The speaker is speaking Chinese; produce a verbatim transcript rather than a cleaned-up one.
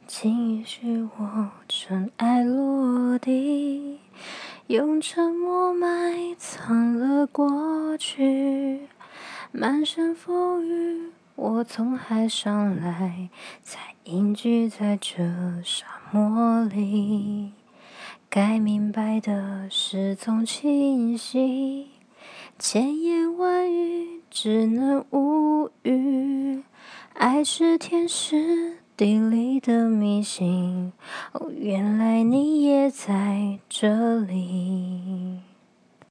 请允许我尘埃落地，用沉默埋藏了过去。满身风雨，我从海上来，才隐居在这沙漠里。该明白的事总清晰，千言万语只能无语。爱是天时地利的迷信，哦，原来你也在这里。